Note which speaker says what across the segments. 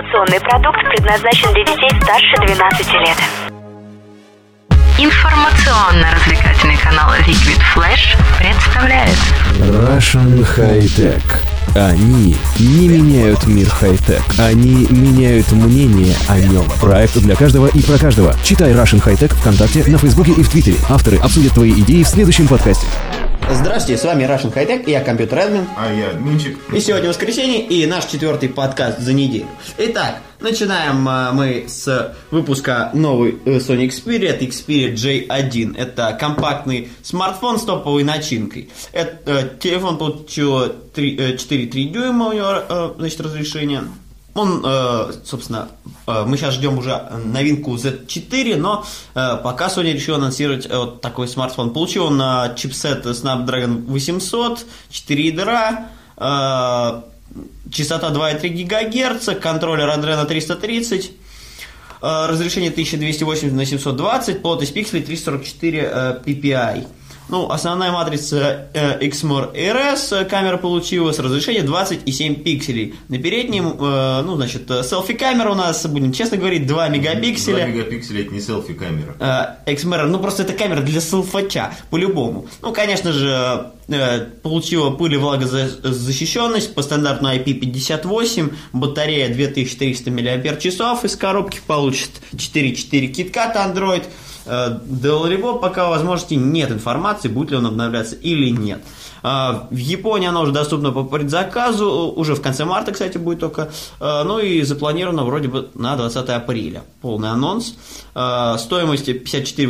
Speaker 1: Информационный продукт предназначен для детей старше 12 лет. Информационно-развлекательный канал Liquid Flash представляет
Speaker 2: Russian High Tech. Они не меняют мир хай-тек, они меняют мнение о нем. Проект для каждого и про каждого. Читай Russian High Tech ВКонтакте, на Фейсбуке и в Твиттере. Авторы обсудят твои идеи в следующем подкасте.
Speaker 3: Здравствуйте, с вами Russian High Tech, я компьютер-админ.
Speaker 4: А я Админчик.
Speaker 3: И сегодня воскресенье, и наш 4-й подкаст за неделю. Итак, начинаем мы с выпуска новой Sony Xperia. Это Xperia J1. Это компактный смартфон с топовой начинкой. Телефон получил 4,3 дюйма у него, значит, разрешение. Он, собственно, мы сейчас ждем уже новинку Z4, но пока Sony решила анонсировать вот такой смартфон. Получил он чипсет Snapdragon 800, 4 ядра, частота 2,3 ГГц, контроллер Adreno 330, разрешение 1280 на 720, плотность пикселей 344 ppi. Ну, основная матрица Exmor RS камера получилась, разрешение 20,7 пикселей. На переднем, селфи-камера у нас, будем честно говорить, 2 мегапикселя.
Speaker 4: 2 мегапикселя это не селфи-камера.
Speaker 3: Exmor, просто это камера для селфача, по-любому. Ну, конечно же, получила пыль и влагозащищенность по стандарту IP58, батарея 2300 мАч, из коробки получит 4.4 KitKat Android. До него пока возможности нет информации, будет ли он обновляться или нет. В Японии оно уже доступно по предзаказу, уже в конце марта, кстати, будет только. Ну и запланировано вроде бы на 20 апреля. Полный анонс. Стоимость 54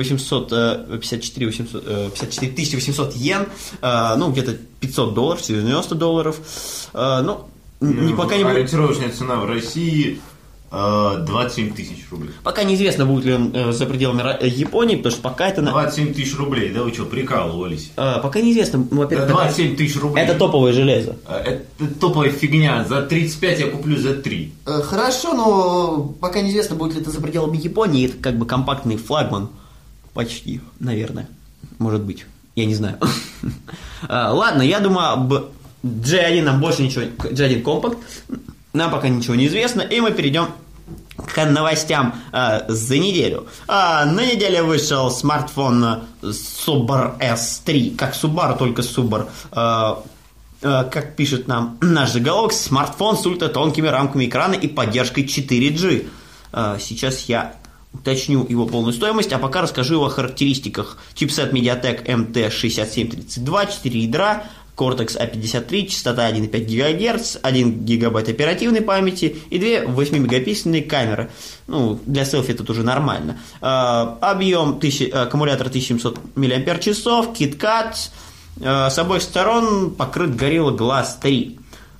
Speaker 3: 800 йен, где-то $500, $90. Пока не будет.
Speaker 4: Ориентировочная цена в России 27 тысяч рублей.
Speaker 3: Пока неизвестно, будет ли он за пределами Японии, потому что пока это...
Speaker 4: 27 тысяч рублей, да вы что, прикалывались?
Speaker 3: Пока неизвестно, во-первых...
Speaker 4: 27 тысяч рублей.
Speaker 3: Это топовое железо.
Speaker 4: Это топовая фигня, за 35 я куплю за 3.
Speaker 3: Хорошо, но пока неизвестно, будет ли это за пределами Японии, это как бы компактный флагман. Почти, наверное. Может быть, я не знаю. Ладно, я думаю, об J1 нам больше ничего... J1 Compact... Нам пока ничего не известно, и мы перейдем к новостям за неделю. На неделе вышел смартфон Subaru S3, как Subaru, только Subaru. Как пишет нам наш заголовок, смартфон с ультратонкими рамками экрана и поддержкой 4G. Сейчас я уточню его полную стоимость, а пока расскажу его о характеристиках. Чипсет MediaTek MT6732, 4 ядра, Cortex A53, частота 1,5 ГГц, 1 ГБ оперативной памяти и 2 8-мегапиксельные камеры. Ну, для селфи это уже нормально. Объем аккумулятора 1700 мАч, KitKat, с обоих сторон покрыт Gorilla Glass 3.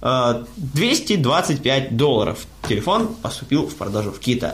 Speaker 3: $225. Телефон поступил в продажу в Китай.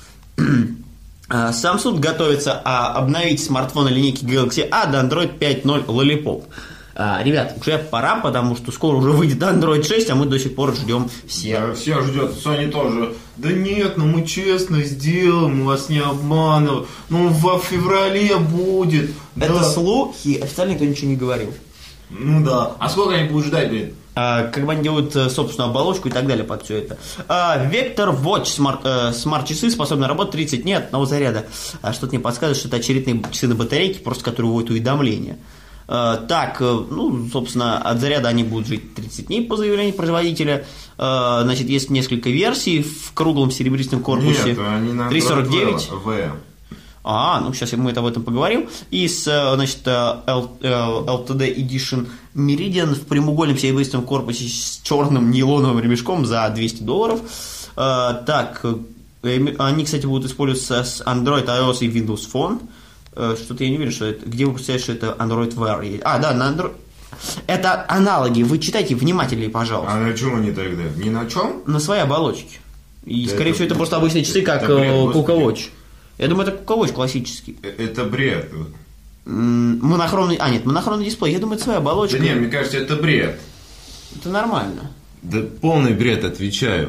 Speaker 3: Samsung готовится обновить смартфоны линейки Galaxy A до Android 5.0 Lollipop. Ребят, уже пора, потому что скоро уже выйдет Android 6, а мы до сих пор ждем все.
Speaker 4: Да, все ждет, Sony тоже. Да нет, мы честно сделаем, мы вас не обманываем. В феврале будет.
Speaker 3: Это слухи, официально никто ничего не говорил.
Speaker 4: Ну да. А сколько они будут ждать, блин?
Speaker 3: Как бы они делают собственную оболочку и так далее под все это. Vector Watch смарт-часы способны работать 30 дней от одного заряда. Что-то мне подсказывает, что это очередные часы на батарейке, просто которые вводят уведомления. Собственно, от заряда они будут жить 30 дней по заявлению производителя. Значит, есть несколько версий в круглом серебристом корпусе.
Speaker 4: Нет, они на
Speaker 3: 349.
Speaker 4: V.
Speaker 3: Сейчас мы об этом поговорим. И LTD Edition Meridian в прямоугольном серебристом корпусе с черным нейлоновым ремешком за $200. Они, кстати, будут использоваться с Android, iOS и Windows Phone. Что-то я не уверен, что это... Где вы представляете, что это Android Wear? Да, на Android... Это аналоги. Вы читайте внимательнее, пожалуйста.
Speaker 4: А на чем они тогда? Ни на чем?
Speaker 3: На своей оболочке. И, скорее всего, это просто обычные часы, как Kuka Watch. Я думаю, это Kuka Watch классический.
Speaker 4: Это бред.
Speaker 3: Монохромный... монохромный дисплей. Я думаю, это своя оболочка.
Speaker 4: Да нет, мне кажется, это бред.
Speaker 3: Это нормально.
Speaker 4: Да полный бред, отвечаю.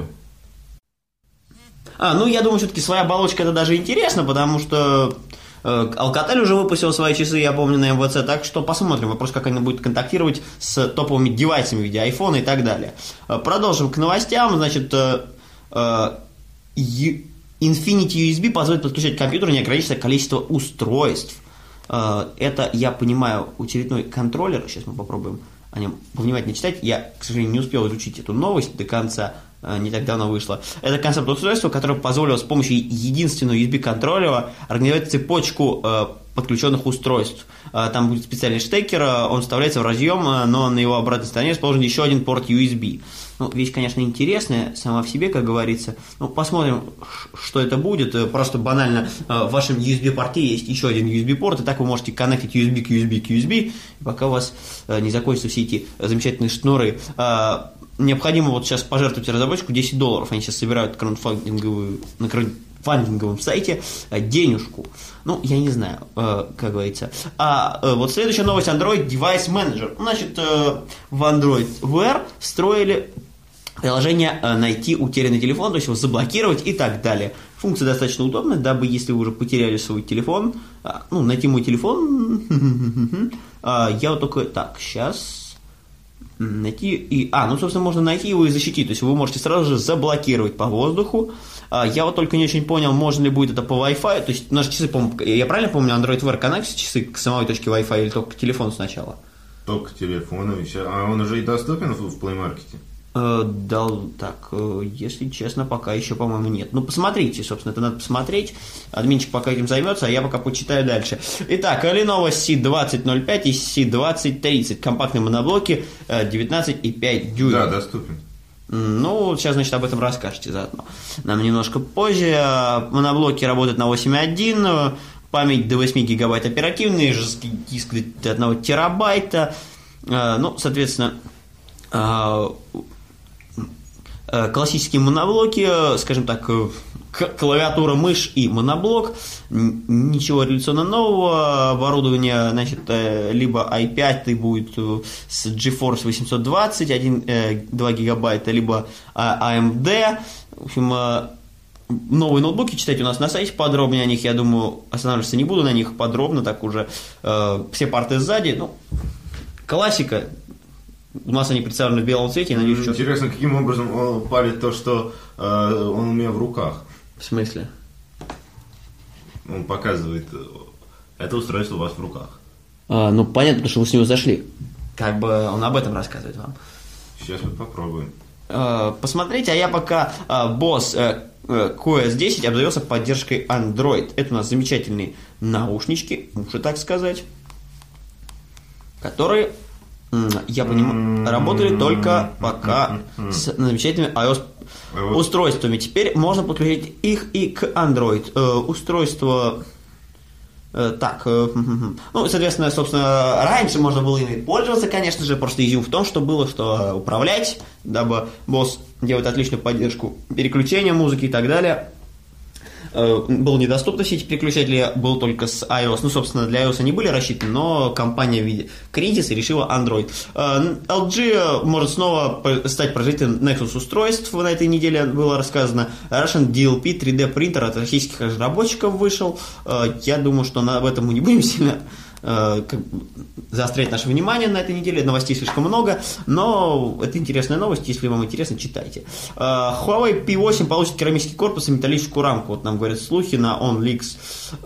Speaker 3: Я думаю, все-таки своя оболочка это даже интересно, потому что... Alcatel уже выпустил свои часы, я помню, на МВЦ, так что посмотрим. Вопрос, как они будут контактировать с топовыми девайсами в виде iPhone и так далее. Продолжим к новостям. Значит, Infinity USB позволит подключать к компьютеру неограниченное количество устройств. Это, я понимаю, очередной контроллер. Сейчас мы попробуем о нем повнимательнее читать. Я, к сожалению, не успел изучить эту новость до конца. Не так давно вышло. Это концепт устройства, которое позволило с помощью единственного USB-контроллера организовать цепочку подключенных устройств. Там будет специальный штекер, он вставляется в разъем, но на его обратной стороне расположен еще один порт USB. Ну, вещь, конечно, интересная сама в себе, как говорится. Ну, посмотрим, что это будет. Просто банально в вашем USB-порте есть еще один USB-порт, и так вы можете коннектить USB к USB к USB, и пока у вас не закончатся все эти замечательные шнуры. Необходимо вот сейчас пожертвовать разработчику $10. Они сейчас собирают на краудфандинговом сайте денежку. Ну, я не знаю, как говорится. Вот следующая новость: Android Device Manager. Значит, в Android Wear встроили приложение «Найти утерянный телефон», то есть его заблокировать и так далее. Функция достаточно удобная, дабы, если вы уже потеряли свой телефон, найти мой телефон, я вот только так, сейчас... Найти и... собственно, можно найти его и защитить. То есть вы можете сразу же заблокировать по воздуху. Я вот только не очень понял, можно ли будет это по Wi-Fi. То есть наши часы, я правильно помню, Android Wear коннектится часы к самой точке Wi-Fi или только к телефону сначала?
Speaker 4: Только к телефону. А он уже и доступен в Play Market?
Speaker 3: Если честно, пока еще, по-моему, нет. Ну, посмотрите, собственно, это надо посмотреть. Админчик пока этим займется, а я пока почитаю дальше. Итак, Lenovo C2005 и C2030. Компактные моноблоки 19,5 дюймов.
Speaker 4: Да, доступен.
Speaker 3: Ну, сейчас, значит, об этом расскажете заодно. Нам немножко позже. Моноблоки работают на 8.1, память до 8 гигабайт оперативной, жесткий диск до 1 терабайта. Соответственно... классические моноблоки, скажем так, клавиатура, мышь и моноблок, ничего революционно нового, оборудование, значит, либо i5 будет с GeForce 820, 2 гигабайта, либо AMD, в общем, новые ноутбуки, читайте у нас на сайте подробнее о них, я думаю, останавливаться не буду на них подробно, так уже все порты сзади, классика. У нас они представлены в белом цвете. Надеюсь,
Speaker 4: интересно, каким образом он палит то, что он у меня в руках?
Speaker 3: В смысле?
Speaker 4: Он показывает, это устройство у вас в руках.
Speaker 3: Понятно, потому что вы с него зашли. Как бы он об этом рассказывает вам.
Speaker 4: Сейчас мы попробуем.
Speaker 3: Посмотрите, а я пока Bose QS10 обзавелся поддержкой Android. Это у нас замечательные наушнички, лучше так сказать, которые... я понимаю, работали только пока с замечательными iOS устройствами. Теперь можно подключить их и к Android устройству. Соответственно, собственно, раньше можно было ими пользоваться, конечно же, просто изюм в том, что было, что управлять, дабы Bose делает отличную поддержку переключения музыки и так далее. Было недоступно, все эти переключатели, был только с iOS. Собственно, для iOS они были рассчитаны, но компания в виде кризиса решила Android. LG может снова стать производителем Nexus устройств, на этой неделе было рассказано. Russian DLP 3D принтер от российских разработчиков вышел. Я думаю, что об этом мы не будем сильно заострять наше внимание на этой неделе. Новостей слишком много, но это интересная новость, если вам интересно, читайте. Huawei P8 получит керамический корпус и металлическую рамку, вот нам говорят слухи на OnLeaks.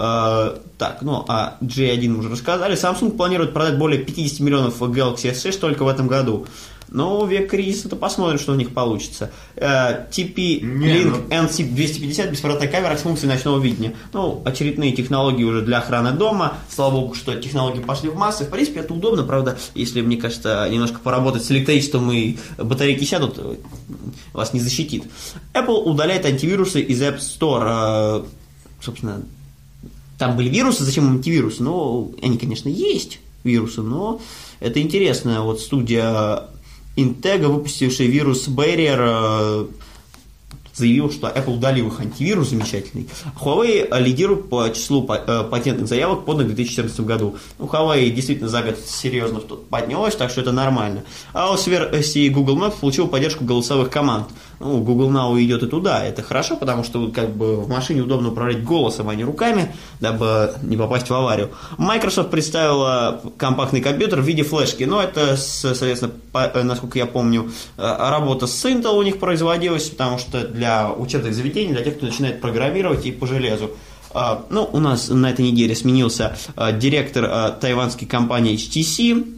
Speaker 3: G1 уже рассказали. Samsung планирует продать более 50 миллионов Galaxy S6 только в этом году. Век кризиса-то посмотрим, что у них получится. TP-Link NC250, беспроводная камера с функцией ночного видения. Очередные технологии уже для охраны дома. Слава богу, что технологии пошли в массы. В принципе, это удобно, правда, если, мне кажется, немножко поработать с электричеством и батарейки сядут, вас не защитит. Apple удаляет антивирусы из App Store. Собственно, там были вирусы, зачем антивирусы? Они, конечно, есть, вирусы, но это интересно. Вот студия Intego, выпустивший вирус Barrier, заявил, что Apple удалил их антивирус замечательный. Huawei лидирует по числу патентных заявок, поданных в 2014 году. Huawei действительно за год серьезно поднялось, так что это нормально. А с версии Google Maps получил поддержку голосовых команд. Google Now идет и туда. Это хорошо, потому что в машине удобно управлять голосом, а не руками, дабы не попасть в аварию. Microsoft представила компактный компьютер в виде флешки. Это, соответственно, насколько я помню, работа с Intel у них производилась, потому что для учебных заведений, для тех, кто начинает программировать и по железу. Ну, у нас на этой неделе сменился директор тайваньской компании HTC.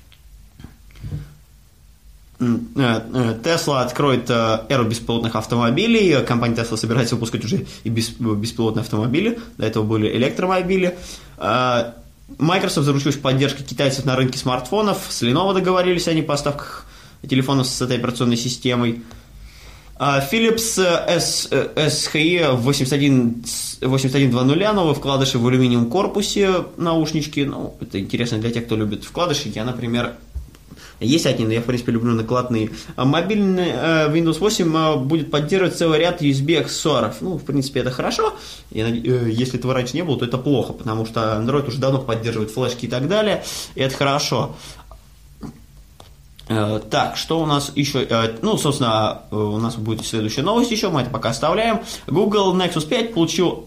Speaker 3: Tesla откроет эру беспилотных автомобилей. Компания Tesla собирается выпускать уже и беспилотные автомобили. До этого были электромобили. Microsoft заручилась поддержкой китайцев на рынке смартфонов. С Lenovo договорились они о поставках телефонов с этой операционной системой. Philips SHE 8100, новые вкладыши в алюминиевом корпусе, наушнички. Ну, это интересно для тех, кто любит вкладыши. Я, например, есть один, но я, в принципе, люблю накладные. Мобильный Windows 8 будет поддерживать целый ряд USB аксессуаров. Ну, в принципе, это хорошо. Если этого раньше не было, то это плохо, потому что Android уже давно поддерживает флешки и так далее. И это хорошо. Так, что у нас еще? Ну, собственно, у нас будет следующая новость еще, мы это пока оставляем. Google Nexus 5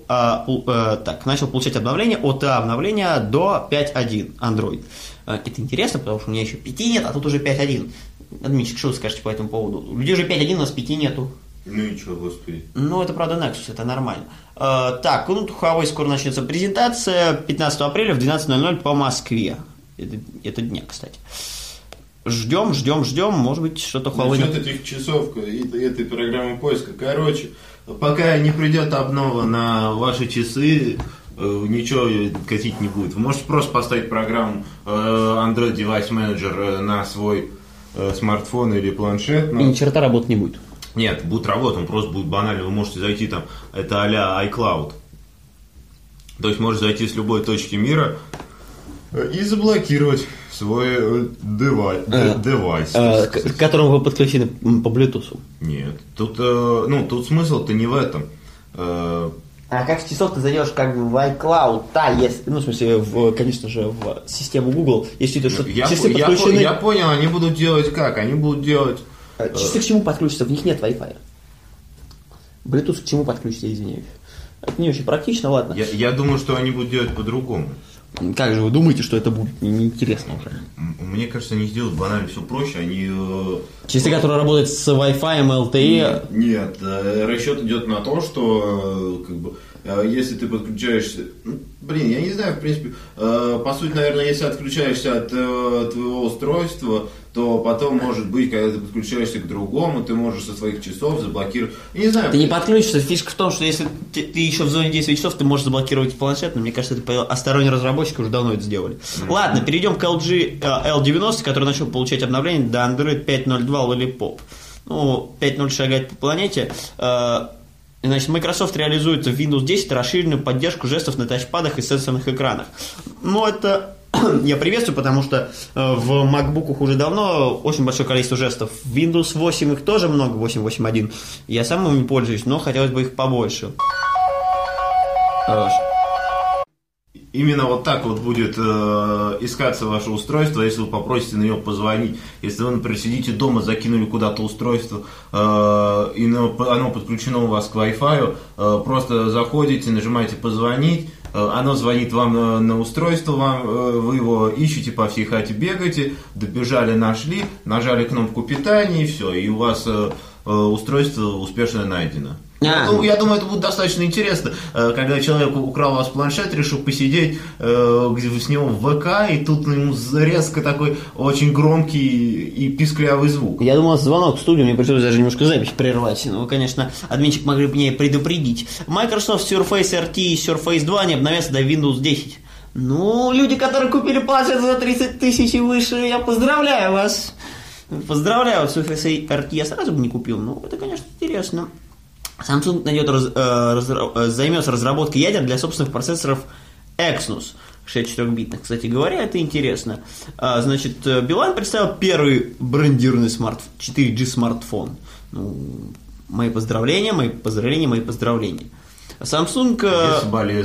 Speaker 3: начал получать обновление от обновления до 5.1 Android. Это интересно, потому что у меня еще 5 нет, а тут уже 5.1. Админчик, что вы скажете по этому поводу? У людей уже 5.1, у нас 5 нету.
Speaker 4: Ну и что, господи.
Speaker 3: Ну, это правда Nexus, это нормально. Так, ну, у Huawei скоро начнется презентация 15 апреля в 12:00 по Москве. Это дня, кстати. Ждем, может быть, что-то Huawei...
Speaker 4: Насчет этих часов и этой программы поиска. Короче, пока не придет обнова на ваши часы, ничего катить не будет. Вы можете просто поставить программу Android Device Manager на свой смартфон или планшет.
Speaker 3: И ни черта работать не будет.
Speaker 4: Нет, будет работать, он просто будет банально. Вы можете зайти там, это а-ля iCloud. То есть можете зайти с любой точки мира и заблокировать свой девайс.
Speaker 3: К которому вы подключены по Bluetooth.
Speaker 4: Нет, тут смысл-то не в этом.
Speaker 3: А как с часов ты зайдешь как бы в iCloud, в смысле, конечно же, в систему Google, если ты что-то часы подключены...
Speaker 4: Я понял, они будут делать как? Они будут делать...
Speaker 3: Часы к чему подключатся? В них нет Wi-Fi. Bluetooth к чему подключится, извиняюсь. Это не очень практично, ладно.
Speaker 4: Я думаю, что они будут делать по-другому.
Speaker 3: Как же вы думаете, что это будет неинтересно уже?
Speaker 4: Мне кажется, они сделают банально все проще. Они...
Speaker 3: Часы, которые работают с Wi-Fi, LTE...
Speaker 4: Нет, расчет идет на то, что как бы, если ты подключаешься... я не знаю, в принципе, по сути, наверное, если отключаешься от твоего устройства, то потом, может быть, когда ты подключаешься к другому, ты можешь со своих часов заблокировать. Я не знаю.
Speaker 3: Ты не подключишься. Фишка в том, что если ты еще в зоне действия часов, ты можешь заблокировать планшет, но мне кажется, сторонние разработчики уже давно это сделали. Ладно, перейдем к LG L90, который начал получать обновление до Android 5.02 Lollipop. 5.0 шагает по планете. Значит, Microsoft реализует в Windows 10 расширенную поддержку жестов на тачпадах и сенсорных экранах. Это я приветствую, потому что в MacBook'ах уже давно очень большое количество жестов. В Windows 8 их тоже много, 8.8.1. Я сам им не пользуюсь, но хотелось бы их побольше.
Speaker 4: Именно вот так вот будет искаться ваше устройство, если вы попросите на него позвонить. Если вы, например, сидите дома, закинули куда-то устройство, и оно подключено у вас к Wi-Fi, просто заходите, нажимаете «Позвонить», оно звонит вам на устройство, вы его ищете по всей хате, бегаете, добежали, нашли, нажали кнопку питания и все, и у вас устройство успешно найдено. Я думаю, это будет достаточно интересно, когда человек украл у вас планшет, решил посидеть с него в ВК, и тут ему резко такой очень громкий и писклявый звук.
Speaker 3: Я думал, звонок в студию, мне пришлось даже немножко запись прервать. Вы, конечно, админчик могли бы мне предупредить. Microsoft Surface RT и Surface 2 не обновятся до Windows 10. Люди, которые купили планшет за 30 тысяч и выше, я поздравляю вас. Поздравляю, Surface RT я сразу бы не купил, это, конечно, интересно. Samsung займется разработкой ядер для собственных процессоров Exynos 64-битных. Кстати говоря, это интересно. Значит, Билайн представил первый брендированный 4G смартфон. Мои поздравления. Samsung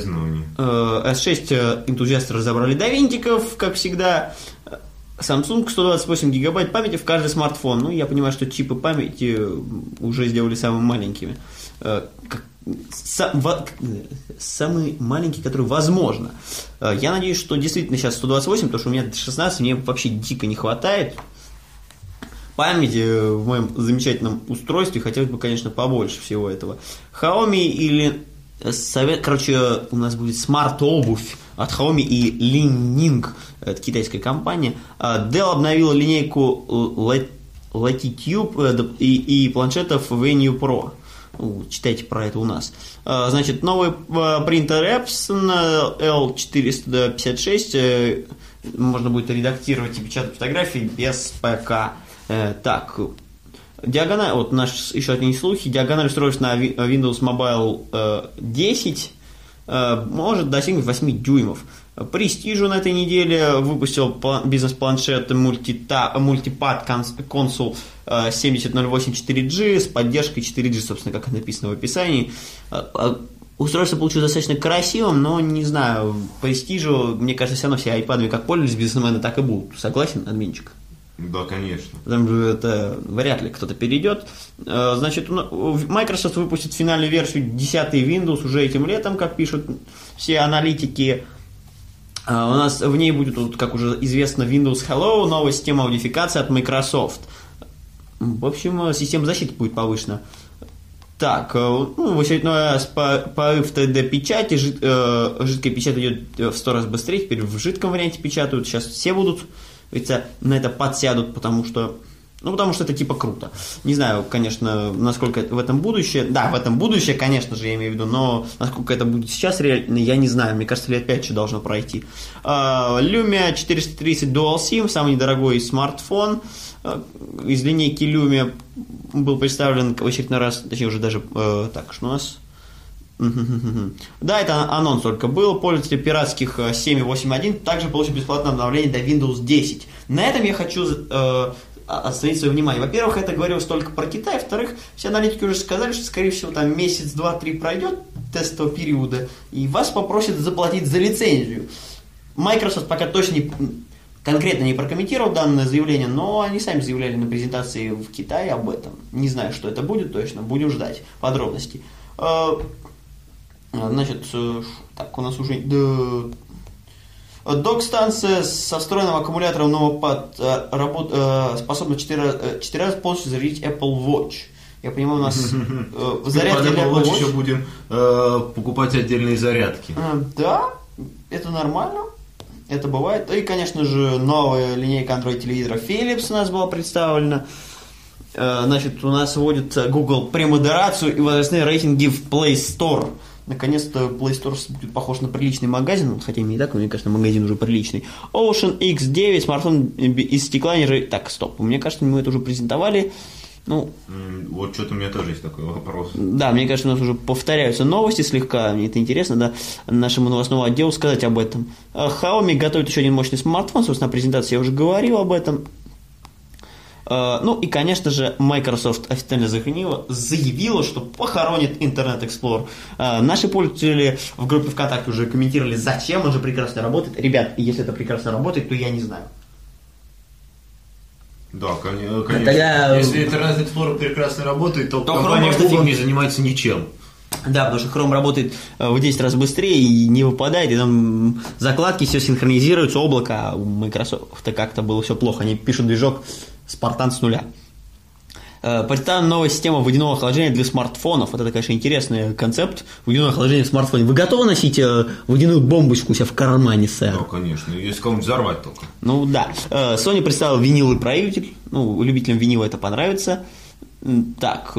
Speaker 3: S6 энтузиасты разобрали до винтиков, как всегда. Samsung 128 гигабайт памяти в каждый смартфон. Я понимаю, что чипы памяти уже сделали самыми маленькими. Самый маленький, который возможно. Я надеюсь, что действительно сейчас 128, потому что у меня 16, мне вообще дико не хватает. памяти в моем замечательном устройстве хотелось бы, конечно, побольше всего этого. Xiaomi или у нас будет смарт-обувь от Xiaomi и Li-Ning, это китайская компания. Dell обновила линейку Latitude и планшетов Venue Pro. Читайте про это у нас. Значит, новый принтер Epson L456. Можно будет редактировать и печатать фотографии без ПК. Так, диагональ, вот наш еще одни слухи, диагональ устройств на Windows Mobile 10 может достигнуть 8 дюймов. Prestige на этой неделе выпустил бизнес-планшет Multipad Console 7008 4G с поддержкой 4G, собственно, как написано в описании. Устройство получилось достаточно красивым, но, не знаю, Prestige, мне кажется, все равно все айпадами как пользовались бизнесмены, так и будут. Согласен, админчик?
Speaker 4: Да, конечно.
Speaker 3: Там же это вряд ли кто-то перейдет. Значит, Microsoft выпустит финальную версию 10 Windows уже этим летом, как пишут все аналитики. У нас в ней будет, как уже известно, Windows Hello, новая система аудификации от Microsoft. В общем, система защиты будет повышена. Так, в очередной раз порыв 3D-печати, жидкая печать идет в 100 раз быстрее, теперь в жидком варианте печатают, сейчас все будут на это подсядут, потому что это типа круто. Не знаю, конечно, насколько в этом будущее. Да, в этом будущее, конечно же, я имею в виду, но насколько это будет сейчас реально, я не знаю. Мне кажется, лет 5 еще должно пройти. Lumia 430 Dual SIM, самый недорогой смартфон из линейки Lumia, был представлен в очередной раз, точнее уже даже так, что у нас... Да, это анонс только был. Пользователи пиратских 7.8.1 также получат бесплатное обновление до Windows 10. На этом я хочу остановить свое внимание. Во-первых, это говорилось только про Китай. Во-вторых, все аналитики уже сказали, что, скорее всего, там месяц, 2-3 пройдет тестового периода, и вас попросят заплатить за лицензию. Microsoft пока точно конкретно не прокомментировал данное заявление, но они сами заявляли на презентации в Китае об этом. Не знаю, что это будет точно. Будем ждать подробностей. Значит, так, у нас уже... Док-станция со встроенным аккумулятором Novapad способна 4 раза полностью зарядить Apple Watch. Я понимаю, у нас зарядка для Apple Watch...
Speaker 4: еще будем покупать отдельные зарядки.
Speaker 3: Да, это нормально. Это бывает. И, конечно же, новая линейка Android-телевизора Philips у нас была представлена. Значит, у нас вводит Google премодерацию и возрастные рейтинги в Play Store. Наконец-то Play Store будет похож на приличный магазин, хотя не так, мне кажется, магазин уже приличный. Ocean X9, смартфон из стекла. Так, стоп, мне кажется, мы это уже презентовали.
Speaker 4: Вот что-то у меня тоже есть такой вопрос.
Speaker 3: Да, мне кажется, у нас уже повторяются новости слегка, мне это интересно, да, нашему новостному отделу сказать об этом. Xiaomi готовит еще один мощный смартфон, собственно, на презентации я уже говорил об этом. И, конечно же, Microsoft официально заявила, что похоронит Internet Explorer. Наши пользователи в группе ВКонтакте уже комментировали, зачем он же прекрасно работает. Ребят, если это прекрасно работает, то я не знаю.
Speaker 4: Да, конечно.
Speaker 3: Тогда...
Speaker 4: Если Internet Explorer прекрасно работает, то компания Google не занимается ничем.
Speaker 3: Да, потому что Chrome работает в 10 раз быстрее и не выпадает, и там закладки все синхронизируются, облако, а у Microsoft как-то было все плохо. Они пишут движок Spartan с нуля. Представлена новая система водяного охлаждения для смартфонов. Вот это, конечно, интересный концепт. Водяное охлаждение в смартфоне. Вы готовы носить водяную бомбочку у себя в кармане, сэр?
Speaker 4: Да, конечно. Если кому-нибудь взорвать только.
Speaker 3: Да. Sony представила виниловый проигрыватель. Любителям винила это понравится. Так...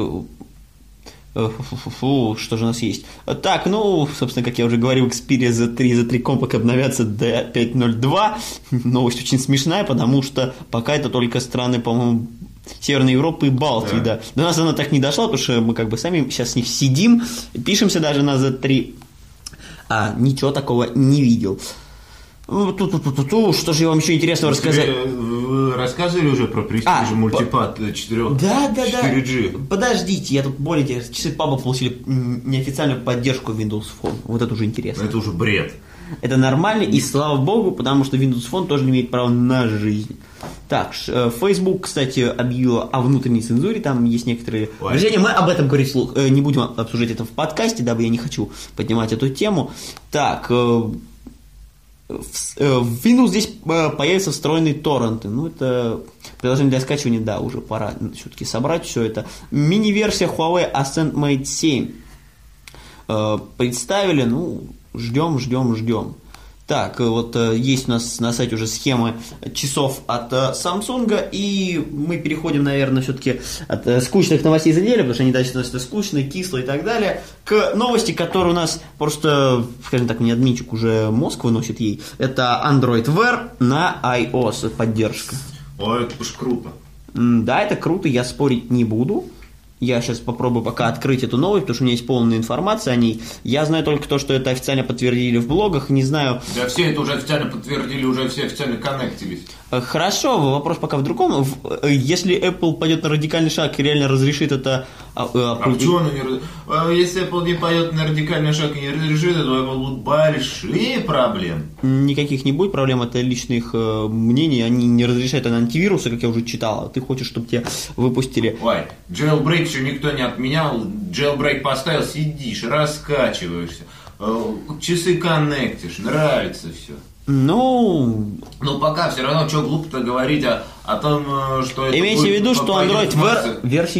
Speaker 3: что же у нас есть? Так, собственно, как я уже говорил, Xperia Z3 Compact обновятся до 5.02. Новость очень смешная, потому что пока это только страны, по-моему, Северной Европы и Балтии, да. До нас она так не дошла, потому что мы как бы сами сейчас с них сидим, пишемся даже на Z3. Ничего такого не видел. Что же я вам еще интересного рассказать?
Speaker 4: Вы рассказывали уже про Prestige Multipad 4G?
Speaker 3: Подождите, я тут более интересно. Часы паба получили неофициальную поддержку Windows Phone. Вот это уже интересно.
Speaker 4: Это уже бред.
Speaker 3: Это нормально, и слава богу, потому что Windows Phone тоже не имеет права на жизнь. Так, Facebook, кстати, объявила о внутренней цензуре, там есть некоторые движения. Мы об этом говорить вслух не будем обсуждать это в подкасте, дабы я не хочу поднимать эту тему. Так... В Windows здесь появятся встроенные торренты. Ну, это приложение для скачивания, да, уже пора все-таки собрать все это. Мини-версия Huawei Ascend Mate 7 представили, ну, ждем. Так, вот есть у нас на сайте уже схемы часов от Samsung, и мы переходим, наверное, все-таки от скучных новостей за неделю, потому что они достаточно скучные, кислые и так далее, к новости, которая у нас просто, скажем так, мне админчик уже мозг выносит ей. Это Android Wear на iOS поддержка.
Speaker 4: Ой, это уж круто.
Speaker 3: Да, это круто, я спорить не буду. Я сейчас попробую пока открыть эту новость, потому что у меня есть полная информация о ней. Я знаю только то, что это официально подтвердили в блогах, не знаю...
Speaker 4: Да все это уже официально подтвердили, уже все официально коннектились.
Speaker 3: Хорошо, вопрос пока в другом. Если Apple пойдет на радикальный шаг и реально разрешит это...
Speaker 4: почему она не... Если Apple не пойдет на радикальный шаг и не разрешит, то Apple будут большие проблемы.
Speaker 3: Никаких не будет проблем, это личное их мнение. Они не разрешают антивирусы, как я уже читал. Ты хочешь, чтобы тебе выпустили...
Speaker 4: Ой, jailbreak еще никто не отменял. Jailbreak поставил, сидишь, раскачиваешься. Часы коннектишь, нравится все.
Speaker 3: Ну,
Speaker 4: пока все равно, что глупо-то говорить о том, что это
Speaker 3: имейте в виду, что Android Wear версии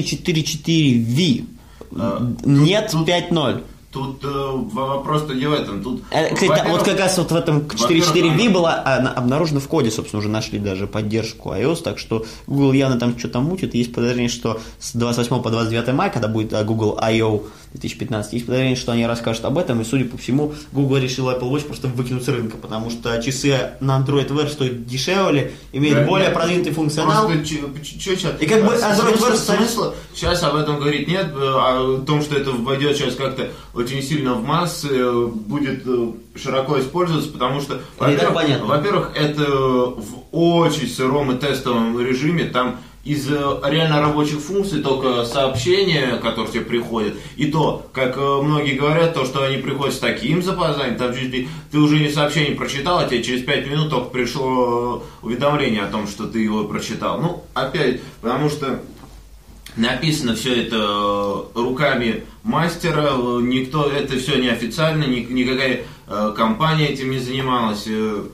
Speaker 3: 4.4V, нет 5.0.
Speaker 4: Тут вопрос-то не в этом. Тут,
Speaker 3: кстати, вот как раз вот в этом 4.4V была обнаружена в коде, собственно, уже нашли даже поддержку iOS, так что Google явно там что-то мутит. Есть подозрение, что с 28 по 29 мая, когда будет Google I.O. 2015, есть подозрение, что они расскажут об этом, и, судя по всему, Google решил Apple Watch просто выкинуть с рынка, потому что часы на Android Wear стоят дешевле, имеют более продвинутый функционал.
Speaker 4: И как бы Android Wear смысла сейчас об этом говорить нет, о том, что это войдет сейчас как-то очень сильно в массы, будет широко использоваться, потому что, во-первых, это в очень сыром и тестовом режиме, там из реально рабочих функций только сообщения, которые тебе приходят, и то, как многие говорят, то, что они приходят с таким запозданием, там ты уже не сообщение прочитал, а тебе через 5 минут только пришло уведомление о том, что ты его прочитал. Ну, опять, потому что написано все это руками мастера, никто, это все неофициально, никакая компания этим не занималась.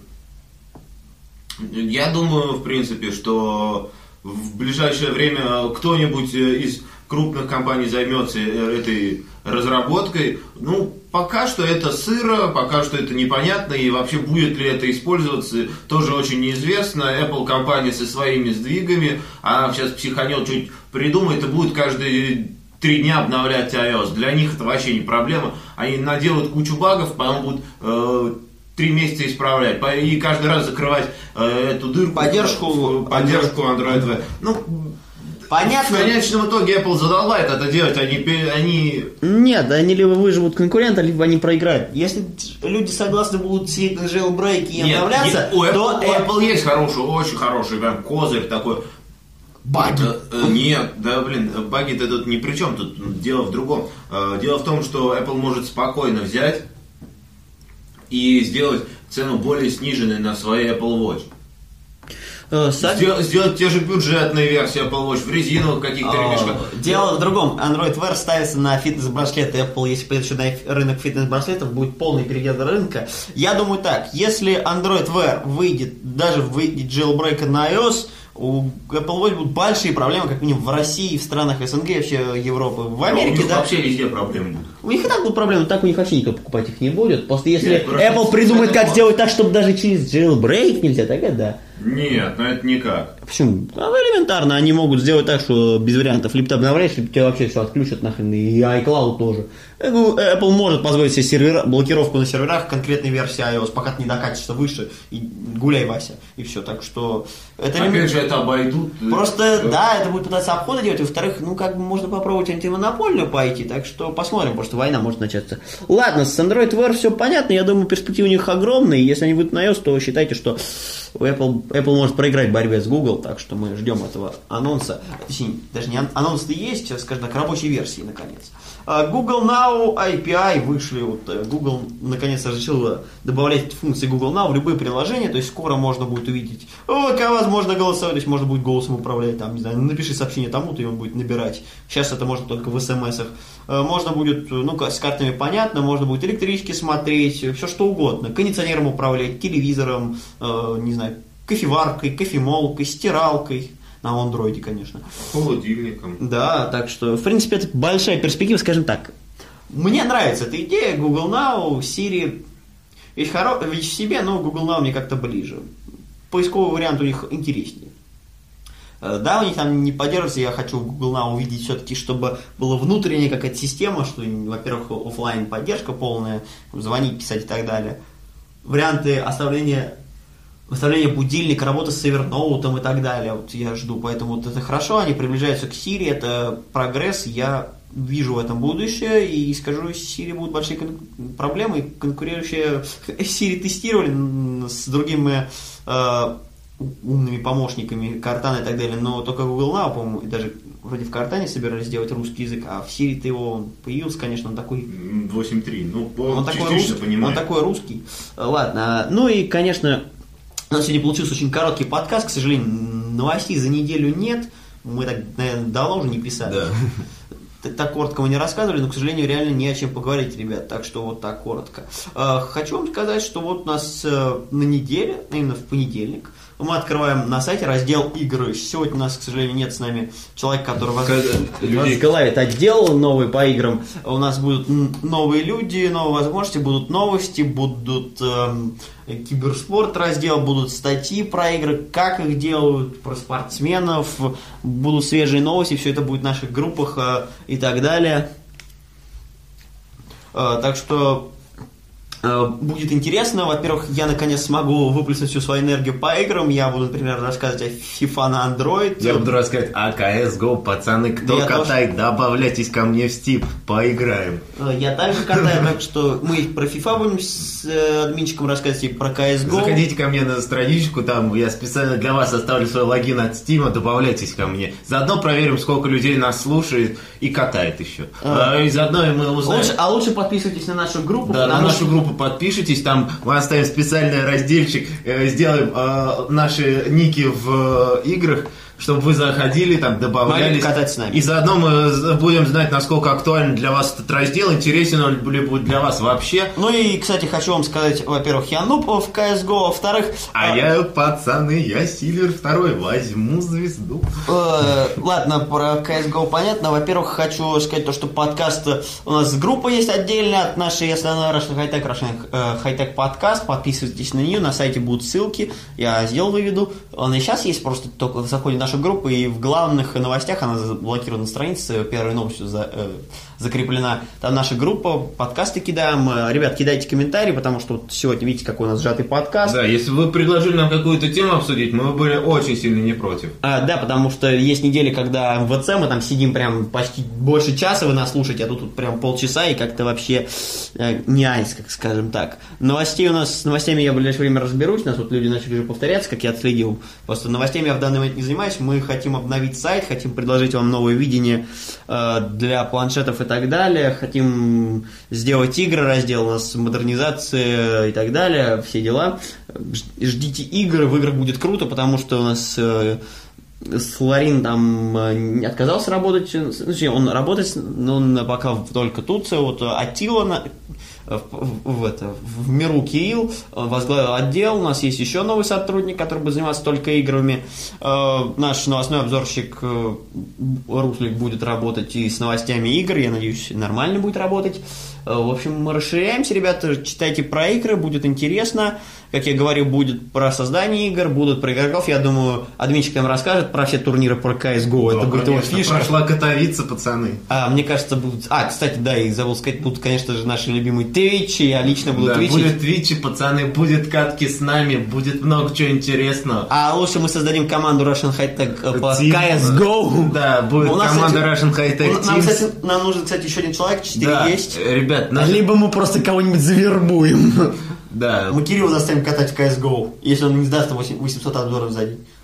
Speaker 4: Я думаю, в принципе, что в ближайшее время кто-нибудь из крупных компаний займется этой разработкой. Ну, пока что это сыро, пока что это непонятно, и вообще будет ли это использоваться, тоже очень неизвестно. Apple компания со своими сдвигами, она сейчас психанет, чуть придумает и будет каждые 3 дня обновлять iOS. Для них это вообще не проблема. Они наделают кучу багов, потом будут 3 месяца исправлять, и каждый раз закрывать эту дырку.
Speaker 3: Поддержку
Speaker 4: Android Wear. Ну,
Speaker 3: понятно.
Speaker 4: В конечном итоге Apple задолбает это делать, они...
Speaker 3: Нет, они либо выживут конкурента, либо они проиграют. Если люди согласны будут сидеть на jailbreak и обновляться,
Speaker 4: у Apple есть хороший, очень хороший прям козырь такой.
Speaker 3: Баги.
Speaker 4: Нет, баги-то тут ни при чем, тут дело в другом. Дело в том, что Apple может спокойно взять и сделать цену более сниженной на своей Apple Watch. Сделать те же бюджетные версии Apple Watch в резиновых каких-то ремешках.
Speaker 3: Дело в другом. Android Wear ставится на фитнес-браслеты. Apple, если придет еще на рынок фитнес-браслетов, будет полный переезд рынка. Я думаю так, если Android Wear выйдет jailbreak на iOS, у Apple Watch будут большие проблемы, как минимум в России, в странах СНГ, вообще Европы, в Америке.
Speaker 4: У них вообще везде проблемы будут.
Speaker 3: У них и так будут проблемы, так у них вообще никто покупать их не будет. Просто если Apple придумает, как сделать так, чтобы даже через jailbreak нельзя, тогда да.
Speaker 4: Нет, это никак.
Speaker 3: Почему? Элементарно, они могут сделать так, что без вариантов. Либо ты обновляешь, либо тебя вообще все отключат нахрен, и iCloud тоже. Apple может позволить себе блокировку на серверах конкретной версии iOS, пока ты не докатишься выше, и гуляй, Вася, и все. Так что...
Speaker 4: Опять же, это обойдут.
Speaker 3: Просто, да, это будет пытаться обхода делать, и во-вторых, можно попробовать антимонопольную пойти, так что посмотрим, просто война может начаться. Ладно, с Android Wear все понятно, я думаю, перспективы у них огромные, если они выйдут на iOS, то считайте, что Apple может проиграть в борьбе с Google, так что мы ждем этого анонса. Точнее, даже не анонс-то есть, скажем так, рабочей версии, наконец. Google Now API вышли. Вот Google наконец разрешил добавлять функции Google Now в любые приложения. То есть скоро можно будет увидеть, возможно, голосовой, то есть можно будет голосом управлять, там, не знаю, напиши сообщение тому-то, и он будет набирать. Сейчас это можно только в смс-ах. Можно будет, с картами понятно, можно будет электрички смотреть, все что угодно. Кондиционером управлять, телевизором, не знаю, кофеваркой, кофемолкой, стиралкой. На андроиде, конечно.
Speaker 4: Холодильником.
Speaker 3: Да, так что, в принципе, это большая перспектива, скажем так. Мне нравится эта идея, Google Now, Siri, вещь в себе, но Google Now мне как-то ближе. Поисковый вариант у них интереснее. Да, у них там не поддерживается, я хочу в Google Now увидеть все-таки, чтобы была внутренняя какая-то система, что, во-первых, офлайн поддержка полная, звонить, писать и так далее. Варианты оставления будильника, работа с Evernote и так далее. Вот я жду, поэтому вот это хорошо, они приближаются к Siri, это прогресс, я вижу в этом будущее, и скажу, с Siri будут большие проблемы, конкурирующие Siri тестировали с другими умными помощниками, Cortana и так далее, но только Google Now, по-моему, даже вроде в Cortana собирались сделать русский язык, а в Siri-то он появился, конечно, он такой...
Speaker 4: 8.3,
Speaker 3: он такой русский, понимаю. Он такой русский. Ладно, и, конечно... У нас сегодня получился очень короткий подкаст, к сожалению, новостей за неделю нет, мы так, наверное, давно уже не писали. Да. Так коротко мы не рассказывали, но, к сожалению, реально не о чем поговорить, ребят, так что вот так коротко. Хочу вам сказать, что вот у нас на неделе, именно в понедельник, мы открываем на сайте раздел игры. Сегодня у нас, к сожалению, нет с нами человека, который возглавит отдел новый по играм. У нас будут новые люди, новые возможности, будут новости, будут киберспорт раздел, будут статьи про игры, как их делают, про спортсменов, будут свежие новости, все это будет в наших группах и так далее. Так что будет интересно. Во-первых, я наконец смогу выплеснуть всю свою энергию по играм. Я буду, например, рассказывать о FIFA на Android.
Speaker 4: Я буду рассказывать о CSGO. Пацаны, кто катает, добавляйтесь ко мне в Steam, поиграем.
Speaker 3: Я также катаю, так что мы про FIFA будем с админчиком рассказывать и про CSGO.
Speaker 4: Заходите ко мне на страничку, там я специально для вас оставлю свой логин от Steam, добавляйтесь ко мне. Заодно проверим, сколько людей нас слушает и катает еще. И заодно мы узнаем...
Speaker 3: Лучше подписывайтесь на нашу группу.
Speaker 4: Да, на нашу группу подпишитесь, там мы оставим специальный разделчик, сделаем наши ники в играх, чтобы вы заходили, там, добавлялись.
Speaker 3: Катать с нами.
Speaker 4: И заодно мы будем знать, насколько актуален для вас этот раздел, интересен он ли будет для вас вообще.
Speaker 3: И, кстати, хочу вам сказать, во-первых, я нуб в CSGO, во-вторых...
Speaker 4: я, пацаны, я Сильвер 2, возьму звезду.
Speaker 3: Ладно, про CSGO понятно. Во-первых, хочу сказать то, что подкаст... У нас группа есть отдельная от нашей основной Russian High-Tech подкаст. Подписывайтесь на нее, на сайте будут ссылки. Я выведу. Она и сейчас есть, просто только заходит в нашу группу, и в главных новостях она заблокирована на странице, первой новостью закреплена. Там наша группа, подкасты кидаем. Ребят, кидайте комментарии, потому что вот сегодня, видите, какой у нас сжатый подкаст.
Speaker 4: Да, если вы предложили нам какую-то тему обсудить, мы были очень сильно не против.
Speaker 3: Да, потому что есть недели, когда в ВЦ мы там сидим прям почти больше часа, вы нас слушаете, а тут прям полчаса, и как-то вообще не айс, как скажем так. С новостями я в ближайшее время разберусь, нас вот люди начали уже повторяться, как я отследил. Просто новостями я в данный момент не занимаюсь, мы хотим обновить сайт, хотим предложить вам новое видение для планшетов и так далее, хотим сделать игры, раздел у нас модернизация и так далее, все дела. Ждите игры, в играх будет круто, потому что у нас Сларин там отказался работать, он работает, но он пока только тут, вот Аттила в миру Кирилл возглавил отдел, у нас есть еще новый сотрудник, который будет заниматься только играми. Наш новостной обзорщик Руслик будет работать и с новостями игр, я надеюсь, нормально будет работать. В общем, мы расширяемся, ребята, читайте про игры, будет интересно. Как я говорю, будет про создание игр, будут про игроков. Я думаю, админчик нам расскажет про все турниры про CSGO. Это будет его фишка.
Speaker 4: Прошла Катовица, пацаны.
Speaker 3: Мне кажется, будут... кстати, да, и забыл сказать, будут, конечно же, наши любимые твичи. Я лично буду твичить.
Speaker 4: Будет твичи, пацаны, будет катки с нами, будет много чего интересного.
Speaker 3: Лучше мы создадим команду Russian High-Tech по CSGO.
Speaker 4: Да, будет команда Russian High-Tech Teams.
Speaker 3: Нам нужен, кстати, еще один человек, 4 есть.
Speaker 4: Ребят,
Speaker 3: либо мы просто кого-нибудь завербуем.
Speaker 4: Да.
Speaker 3: Мы Кирилла заставим катать в CSGO, если он не сдаст 800 обзоров за день.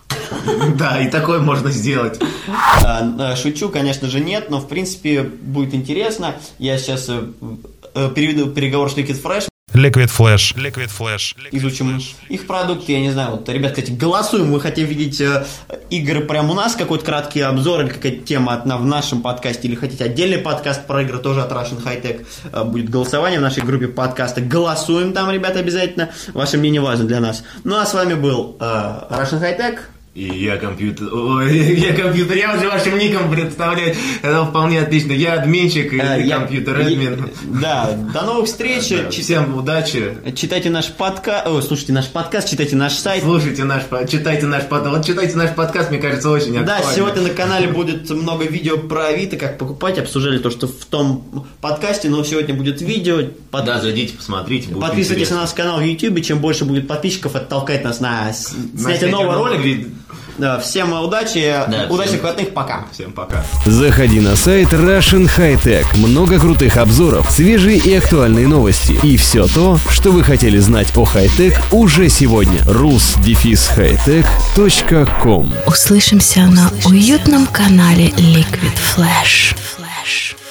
Speaker 4: Да, и такое можно сделать.
Speaker 3: Шучу, конечно же, нет, но в принципе будет интересно. Я сейчас переведу переговор с Liquid Flash.
Speaker 5: Liquid Flash.
Speaker 3: Изучим их продукты, я не знаю. Вот, ребят, кстати, голосуем. Вы хотите видеть игры прямо у нас, какой-то краткий обзор или какая-то тема в нашем подкасте, или хотите отдельный подкаст про игры, тоже от Russian High Tech. Будет голосование в нашей группе подкаста. Голосуем там, ребята, обязательно. Ваше мнение важно для нас. Ну, а с вами был Russian High Tech.
Speaker 4: И я компьютер, я уже вашим ником представляю, это вполне отлично. Я админчик и компьютер-админ.
Speaker 3: Да, до новых встреч.
Speaker 4: Да, всем удачи.
Speaker 3: Читайте наш подкаст, слушайте наш подкаст, читайте наш сайт.
Speaker 4: Читайте наш подкаст, мне кажется, очень актуально.
Speaker 3: Да, сегодня на канале будет много видео про Авито, как покупать, обсуждали то, что в том подкасте, но сегодня будет видео.
Speaker 4: Да, зайдите, посмотрите.
Speaker 3: Подписывайтесь на наш канал в YouTube, чем больше будет подписчиков, это толкает нас на снятие нового ролика. Да, всем удачи, удачных выходных, пока.
Speaker 4: Всем пока.
Speaker 2: Заходи на сайт Russian High Tech. Много крутых обзоров, свежие и актуальные новости. И все то, что вы хотели знать о хай-тек уже сегодня. rus-hightech.com.
Speaker 6: Услышимся на уютном канале Liquid Flash.